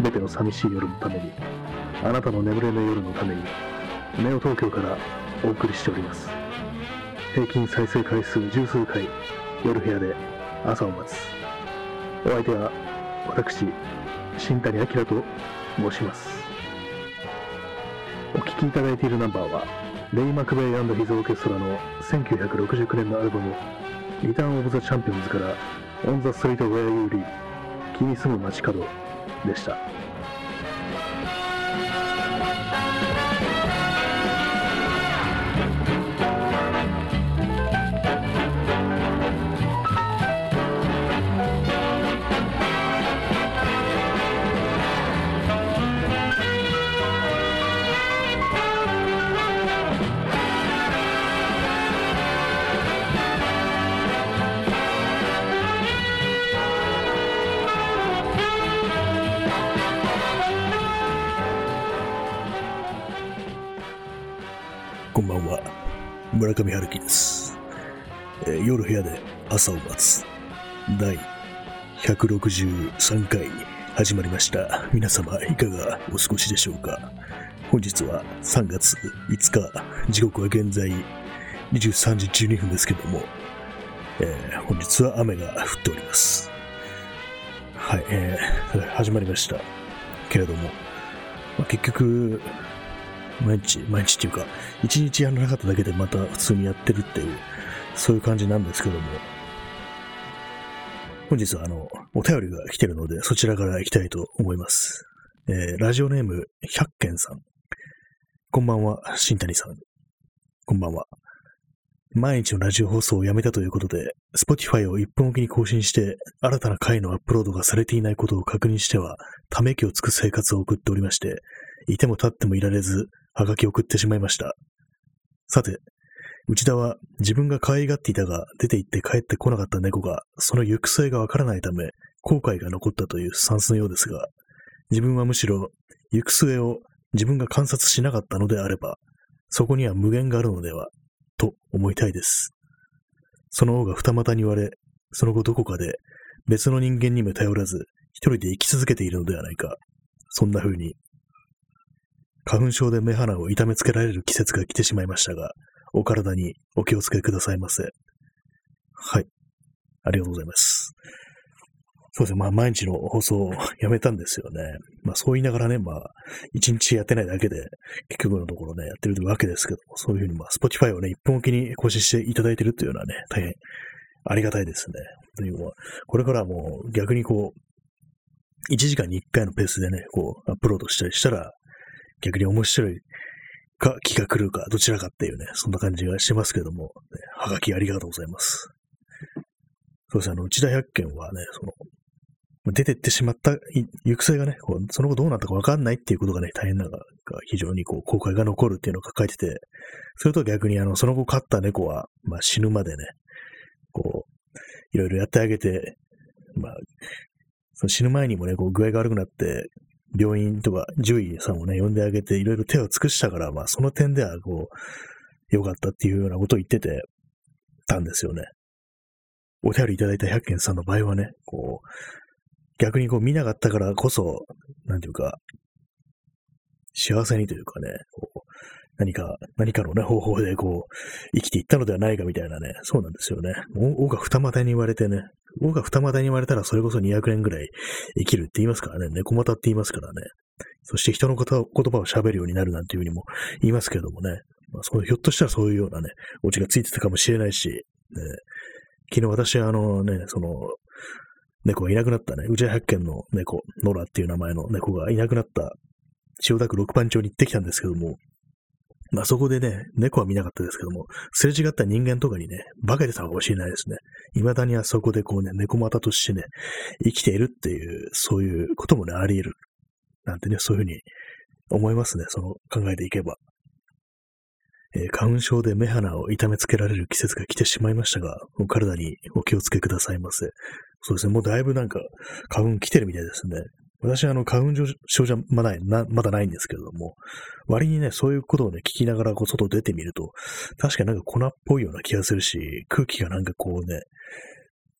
べての寂しい夜のために、あなたの眠れぬ夜のために、ネオ東京からお送りしております。平均再生回数十数回、夜部屋で朝を待つ。お相手は私、新谷明と申します。お聴きいただいているナンバーはレイ・マクベイ&ヒズ・オーケストラの1969年のアルバムリターン・オブ・ザ・チャンピオンズから On the Street Where You Live 君住む街角でした。 こんばんは、村上春樹です。夜部屋で朝を待つ第163回始まりました。皆様いかがお過ごしでしょうか。本日は3月5日、時刻は現在23時12分ですけども、本日は雨が降っております。はい、始まりましたけれども、結局毎日っていうか、一日やらなかっただけでまた普通にやってるっていう、そういう感じなんですけども、本日はお便りが来てるので、そちらから行きたいと思います。ラジオネーム、百軒さん。こんばんは、新谷さん。こんばんは。毎日のラジオ放送をやめたということで、Spotify を1分おきに更新して、新たな回のアップロードがされていないことを確認しては、ため息をつく生活を送っておりまして、いても立ってもいられず、はがきを送ってしまいました。さて、内田は自分が可愛がっていたが、出て行って帰ってこなかった猫が、その行く末がわからないため、後悔が残ったというスタンスのようですが、自分はむしろ、行く末を自分が観察しなかったのであれば、そこには無限があるのでは、と思いたいです。その方が二股に言われ、その後どこかで別の人間にも頼らず、一人で生き続けているのではないか。そんな風に、花粉症で目鼻を痛めつけられる季節が来てしまいましたが、お体にお気をつけくださいませ。はい。ありがとうございます。そうですね。毎日の放送をやめたんですよね。そう言いながらね、一日やってないだけで、結局のところね、やってるわけですけども、そういうふうにSpotify をね、1分おきに更新していただいてるっていうのはね、大変ありがたいですね。というのは、これからはもう逆に1時間に1回のペースでね、アップロードしたりしたら、逆に面白いか気が狂うか、どちらかっていうね、そんな感じがしますけども、ね、はがきありがとうございます。そうですね、内田百軒はね、出てってしまった行く末がね、その後どうなったかわかんないっていうことがね、大変なのが、非常に後悔が残るっていうのを書いてて、それと逆にその後飼った猫は、死ぬまでね、いろいろやってあげて、その死ぬ前にもね、具合が悪くなって、病院とか獣医さんをね、呼んであげて、いろいろ手を尽くしたから、その点では、良かったっていうようなことを言っててたんですよね。お便りいただいた百軒さんの場合はね、逆に見なかったからこそ、なんていうか、幸せにというかね、何かのね、方法で生きていったのではないかみたいなね、そうなんですよね。王が二股に言われてね、王が二股に言われたらそれこそ200年ぐらい生きるって言いますからね、猫股って言いますからね。そして人の言葉を喋るようになるなんていうふうにも言いますけどもね、ひょっとしたらそういうようなね、オチがついてたかもしれないし、ね、昨日私は猫がいなくなったね、内田百軒の猫、ノラっていう名前の猫がいなくなった千代田区六番町に行ってきたんですけども、そこでね、猫は見なかったですけども、すれ違った人間とかにね、化けてたのかもしれないですね。未だにはそこで猫股としてね、生きているっていう、そういうこともね、あり得る。なんてね、そういうふうに思いますね、考えていけば。花粉症で目鼻を痛めつけられる季節が来てしまいましたが、お体にお気をつけくださいませ。そうですね、もうだいぶ花粉来てるみたいですね。私は花粉症じゃまだないんですけれども、割にね、そういうことをね、聞きながら外出てみると、確かに粉っぽいような気がするし、空気が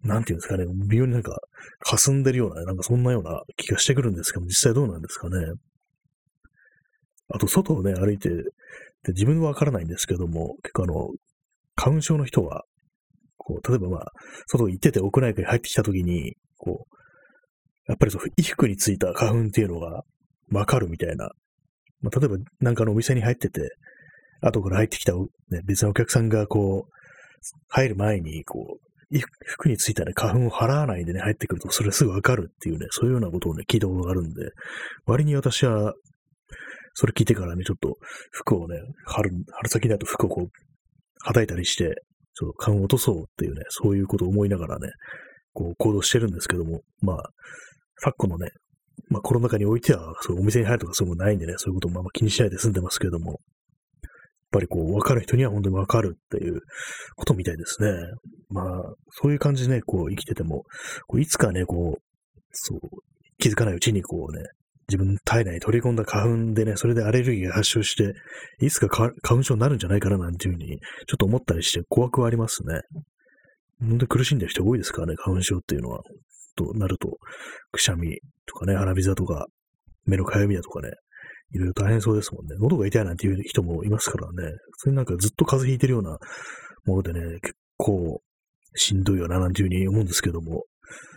なんていうんですかね、微妙になんか、霞んでるような、なんかそんなような気がしてくるんですけども、実際どうなんですかね。あと、外をね、歩いて、で、自分はわからないんですけども、結構花粉症の人は、こう、例えばまあ、外行ってて屋内に入ってきたときに、こう、やっぱりそう、衣服についた花粉っていうのがわかるみたいな。まあ、例えば、なんかのお店に入ってて、後から入ってきた、ね、別のお客さんがこう、入る前に、こう、服についたね、花粉を払わないでね、入ってくると、それすぐわかるっていうね、そういうようなことをね、聞いたことがあるんで、割に私は、それ聞いてからね、ちょっと服をね、春先だと服をこう、はたいたりして、ちょっと花粉を落とそうっていうね、そういうことを思いながらね、こう行動してるんですけども、まあ、昨今のね、まあコロナ禍においては、そうお店に入るとかそういうのないんでね、そういうこともあんま気にしないで済んでますけども、やっぱりこう、わかる人には本当にわかるっていうことみたいですね。まあ、そういう感じでね、こう生きてても、こういつかね、こう、そう、気づかないうちにこうね、自分の体内に取り込んだ花粉でね、それでアレルギーが発症して、いつか花粉症になるんじゃないかななんていうふうに、ちょっと思ったりして怖くはありますね。本当に苦しんでる人多いですからね、花粉症っていうのは。となると、くしゃみとかね、鼻水だとか、目のかゆみだとかね、いろいろ大変そうですもんね。喉が痛いなんていう人もいますからね。それなんかずっと風邪ひいてるようなものでね、結構しんどいよななんていうふうに思うんですけども。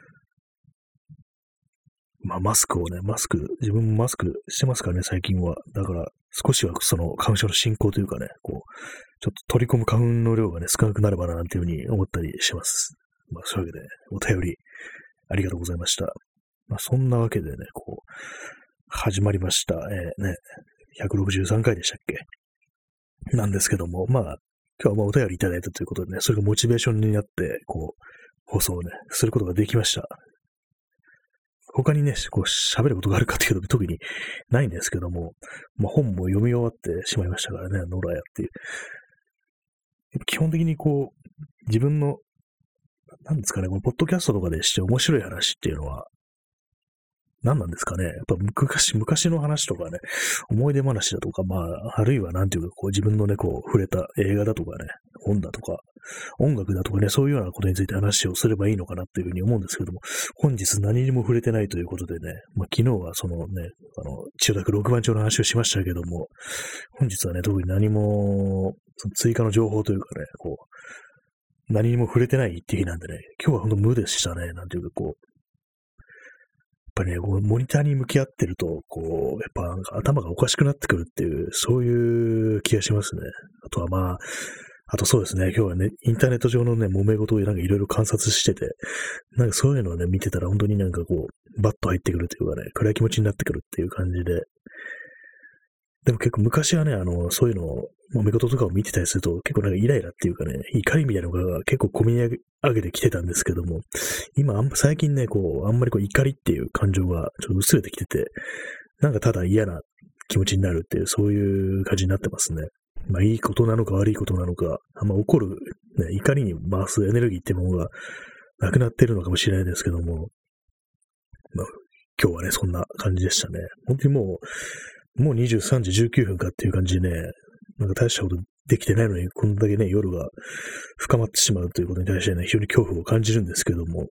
まあマスクをね、自分もマスクしてますからね、最近は。だから少しはその花粉症の進行というかね、こう、ちょっと取り込む花粉の量がね、少なくなればななんていうふうに思ったりします。まあそういうわけで、お便りありがとうございました。まあそんなわけでね、こう、始まりました。ね、163回でしたっけなんですけども、まあ、今日はまあお便りいただいたということでね、それがモチベーションになって、こう、放送をね、することができました。他にね、こう喋ることがあるかというと特にないんですけども、まあ本も読み終わってしまいましたからね、ノラヤっていう。基本的にこう、自分の、なんですかね、このポッドキャストとかでして面白い話っていうのは、何なんですかね。やっぱ昔の話とかね、思い出話だとか、まあ、あるいはなんていうか、こう自分のね、こう触れた映画だとかね、本だとか、音楽だとかね、そういうようなことについて話をすればいいのかなっていうふうに思うんですけども、本日何にも触れてないということでね、まあ昨日はそのね、千代田区六番町の話をしましたけども、本日はね、特に何も、その追加の情報というかね、こう、何にも触れてないっていう日なんでね、今日は本当無でしたね、なんていうかこう、やっぱりね、モニターに向き合ってると、こう、やっぱなんか頭がおかしくなってくるっていう、そういう気がしますね。あとはまあ、あとそうですね、今日はね、インターネット上のね、揉め事をなんかいろいろ観察してて、なんかそういうのをね、見てたら本当になんかこう、バッと入ってくるというかね、暗い気持ちになってくるっていう感じで、でも結構昔はね、そういうのを、揉め事とかを見てたりすると、結構なんかイライラっていうかね、怒りみたいなのが結構込み上げてきてたんですけども、今最近ね、こう、あんまりこう怒りっていう感情がちょっと薄れてきてて、なんかただ嫌な気持ちになるっていう、そういう感じになってますね。まあいいことなのか悪いことなのか、あんま怒る、ね、怒りに回すエネルギーっていうものがなくなってるのかもしれないですけども、まあ今日はね、そんな感じでしたね。本当にもう23時19分かっていう感じでね、なんか大したことできてないのに、こんだけね、夜が深まってしまうということに対してね、非常に恐怖を感じるんですけども、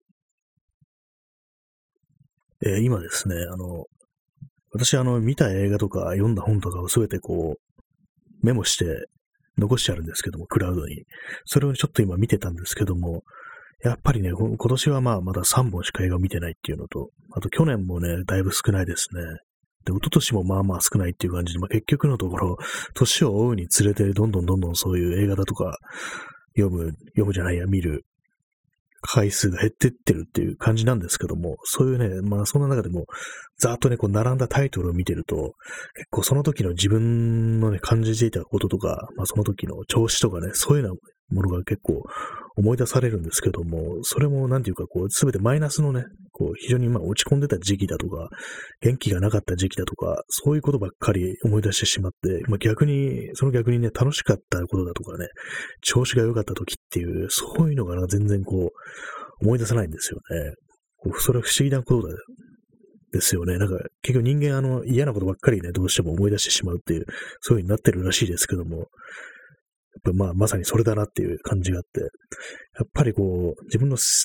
今ですね、私見た映画とか読んだ本とかをすべてこう、メモして残してあるんですけども、クラウドに。それをちょっと今見てたんですけども、やっぱりね、今年はまあまだ3本しか映画を見てないっていうのと、あと去年もね、だいぶ少ないですね。で、一昨年もまあまあ少ないっていう感じで、まあ結局のところ、年を追うにつれて、どんどんそういう映画だとか、見る回数が減ってってるっていう感じなんですけども、そういうね、まあそんな中でも、ざーっとね、こう並んだタイトルを見てると、結構その時の自分のね、感じていたこととか、まあその時の調子とかね、そういうようなものが結構思い出されるんですけども、それもなんていうかこう、すべてマイナスのね、こう、非常にまあ落ち込んでた時期だとか、元気がなかった時期だとか、そういうことばっかり思い出してしまって、まあその逆にね、楽しかったことだとかね、調子が良かった時っていう、そういうのが全然こう、思い出さないんですよね。それは不思議なことですよね。なんか、結局人間嫌なことばっかりね、どうしても思い出してしまうっていう、そういう風になってるらしいですけども、やっぱまあ、まさにそれだなっていう感じがあって、やっぱりこう、自分の、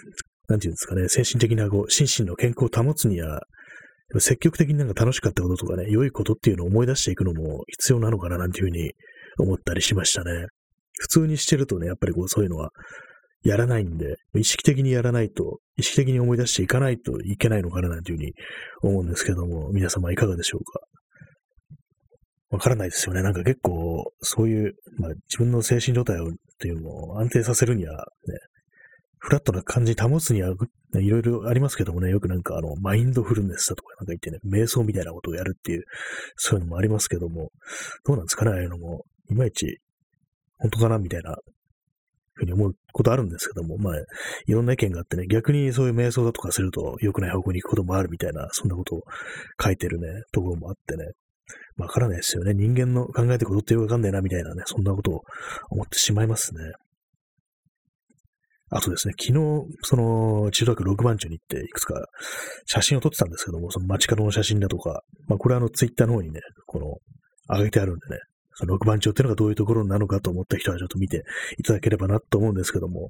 なんていうんですかね、精神的な心身の健康を保つには、積極的になんか楽しかったこととかね、良いことっていうのを思い出していくのも必要なのかななんていうふうに思ったりしましたね。普通にしてるとね、やっぱりそういうのはやらないんで、意識的にやらないと、意識的に思い出していかないといけないのかななんていうふうに思うんですけども、皆様いかがでしょうか。わからないですよね。なんか結構、そういう、自分の精神状態っていうのを安定させるには、ね、フラットな感じ保つには、いろいろありますけどもね、よくなんかマインドフルネスだとかなんか言ってね、瞑想みたいなことをやるっていう、そういうのもありますけども、どうなんですかね、ああいうのも、いまいち、本当かなみたいな、ふうに思うことあるんですけども、いろんな意見があってね、逆にそういう瞑想だとかすると良くない方向に行くこともあるみたいな、そんなことを書いてるね、ところもあってね、わからないですよね。人間の考えてることってよくわかんないな、みたいなね、そんなことを思ってしまいますね。あとですね、昨日、千代田区六番町に行って、いくつか写真を撮ってたんですけども、その街角の写真だとか、これはツイッターの方にね、上げてあるんでね、その六番町っていうのがどういうところなのかと思った人はちょっと見ていただければなと思うんですけども、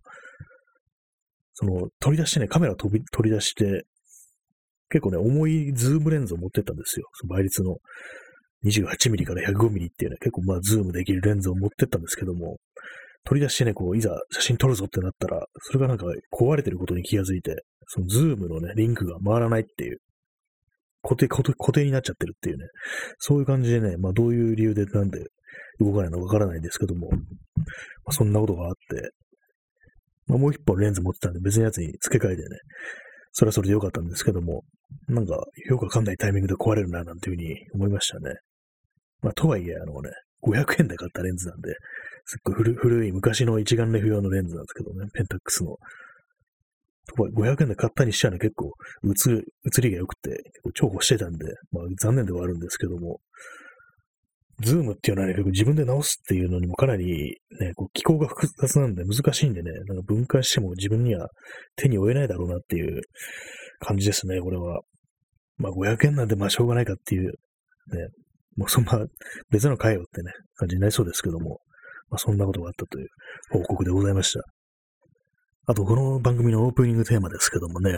取り出してね、カメラを取り出して、結構ね、重いズームレンズを持ってったんですよ。その倍率の28ミリから105ミリっていうね、結構ズームできるレンズを持ってったんですけども、取り出してね、いざ写真撮るぞってなったら、それがなんか壊れてることに気がついて、そのズームのね、リンクが回らないっていう、固定になっちゃってるっていうね、そういう感じでね、どういう理由でなんで動かないのかわからないんですけども、そんなことがあって、もう一本レンズ持ってたんで別のやつに付け替えてね、それはそれでよかったんですけども、なんかよくわかんないタイミングで壊れるななんていうふうに思いましたね。とはいえ、500円で買ったレンズなんで、すっごい古い昔の一眼レフ用のレンズなんですけどね、ペンタックスの。500円で買ったにしてはね、結構映りが良くて、結構重宝してたんで、残念ではあるんですけども、ズームっていうのはね、結構自分で直すっていうのにもかなりね、機構が複雑なんで難しいんでね、なんか分解しても自分には手に負えないだろうなっていう感じですね、これは。500円なんでしょうがないかっていう、ね、もう別の回をってね、感じになりそうですけども、そんなことがあったという報告でございました。あと、この番組のオープニングテーマですけどもね、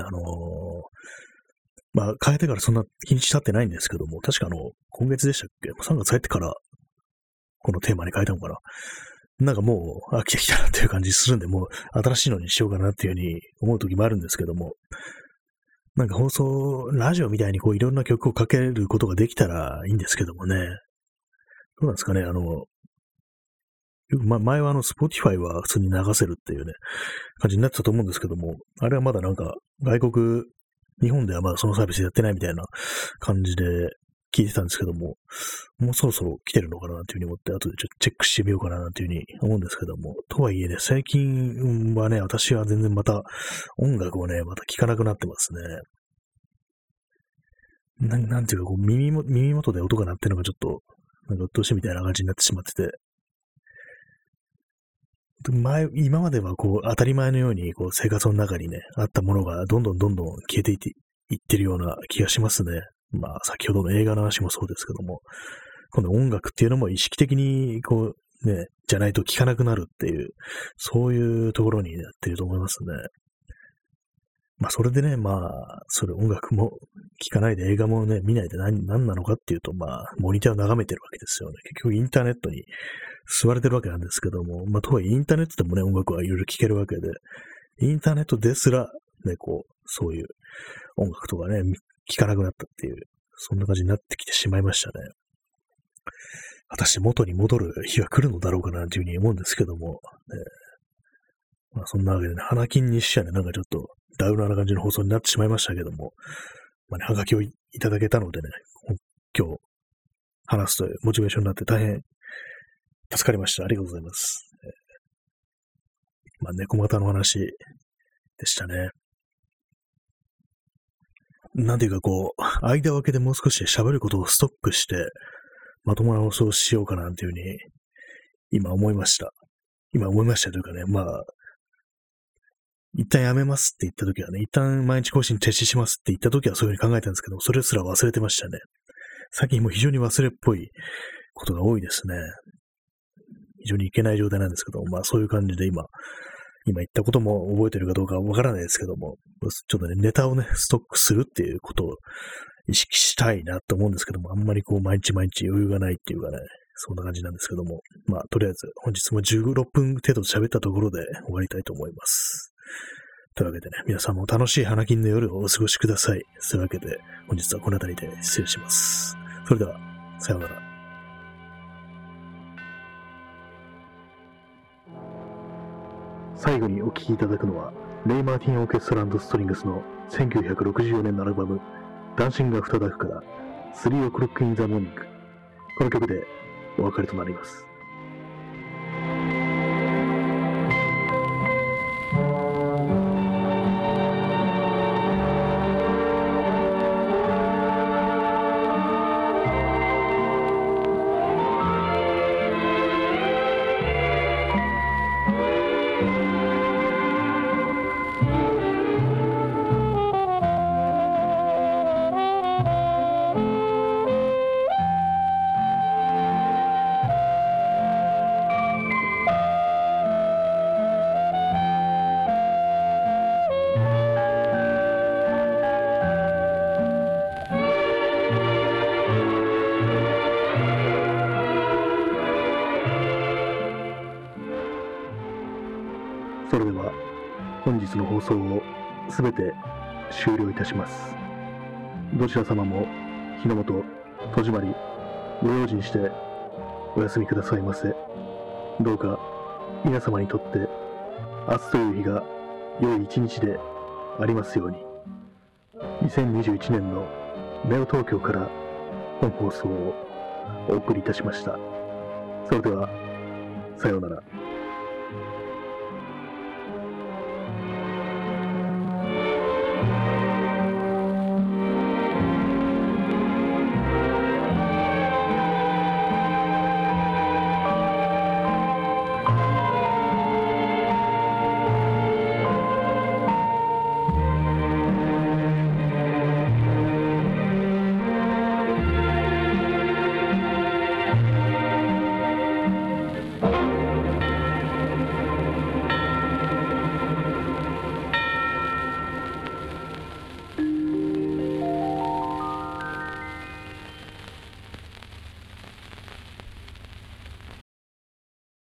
変えてからそんな日にち経ってないんですけども、確か今月でしたっけ ?3 月入ってから、このテーマに変えたのかな。なんかもう飽きてきたなっていう感じするんで、もう新しいのにしようかなっていうふうに思う時もあるんですけども、なんかラジオみたいにいろんな曲をかけることができたらいいんですけどもね。どうなんですかね、前はSpotify は普通に流せるっていうね、感じになってたと思うんですけども、あれはまだなんか日本ではまだそのサービスやってないみたいな感じで聞いてたんですけども、もうそろそろ来てるのかなというふうに思って、後でちょっとチェックしてみようかなというふうに思うんですけども、とはいえね、最近はね、私は全然また音楽をね、また聴かなくなってますね。なんていうか、耳元で音が鳴ってるのがちょっと、なんか鬱陶しいみたいな感じになってしまってて、今までは当たり前のように生活の中にね、あったものがどんどん消えていってるような気がしますね。先ほどの映画の話もそうですけども、この音楽っていうのも意識的にじゃないと聴かなくなるっていう、そういうところになっていると思いますね。それでね、それ音楽も聴かないで映画もね、見ないで何なのかっていうと、モニターを眺めてるわけですよね。結局インターネットに吸われてるわけなんですけども、とはいえインターネットでもね、音楽はいろいろ聴けるわけで、インターネットですら、ね、そういう音楽とかね、聴かなくなったっていう、そんな感じになってきてしまいましたね。果たして元に戻る日が来るのだろうかなというふうに思うんですけども、そんなわけでね、花金にしちゃね、なんかちょっとダウナーな感じの放送になってしまいましたけども、はがきをいただけたのでね、今日話すというモチベーションになって大変助かりました。ありがとうございます。猫型の話でしたね。なんていうか間を空けてもう少し喋ることをストックして、まともな放送をしようかなというふうに、今思いました。というかね、一旦やめますって言ったときはね、一旦毎日更新停止しますって言ったときはそういうふうに考えたんですけど、それすら忘れてましたね。最近も非常に忘れっぽいことが多いですね。非常にいけない状態なんですけど、そういう感じで今、 今言ったことも覚えてるかどうかわからないですけども、ちょっとね、ネタをね、ストックするっていうことを意識したいなと思うんですけども、あんまりこう毎日毎日余裕がないっていうかね、そんな感じなんですけども、まあ、とりあえず本日も16分程度喋ったところで終わりたいと思います。というわけでね、皆さんも楽しい花金の夜をお過ごしください。そういうわけで、本日はこの辺りで失礼します。それでは、さようなら。 最後にお聴きいただくのは、レイ・マーティン・オーケストラ&ストリングスの1964年のアルバム、ダンシング・アフター・ダークから3 o'clock in the morning。この曲でお別れとなります。それでは本日の放送をすべて終了いたします。どちら様も日の元戸締まりご用心してお休みくださいませ。どうか皆様にとって明日という日が良い一日でありますように。2021年のネオ東京から本放送をお送りいたしました。それではさようなら。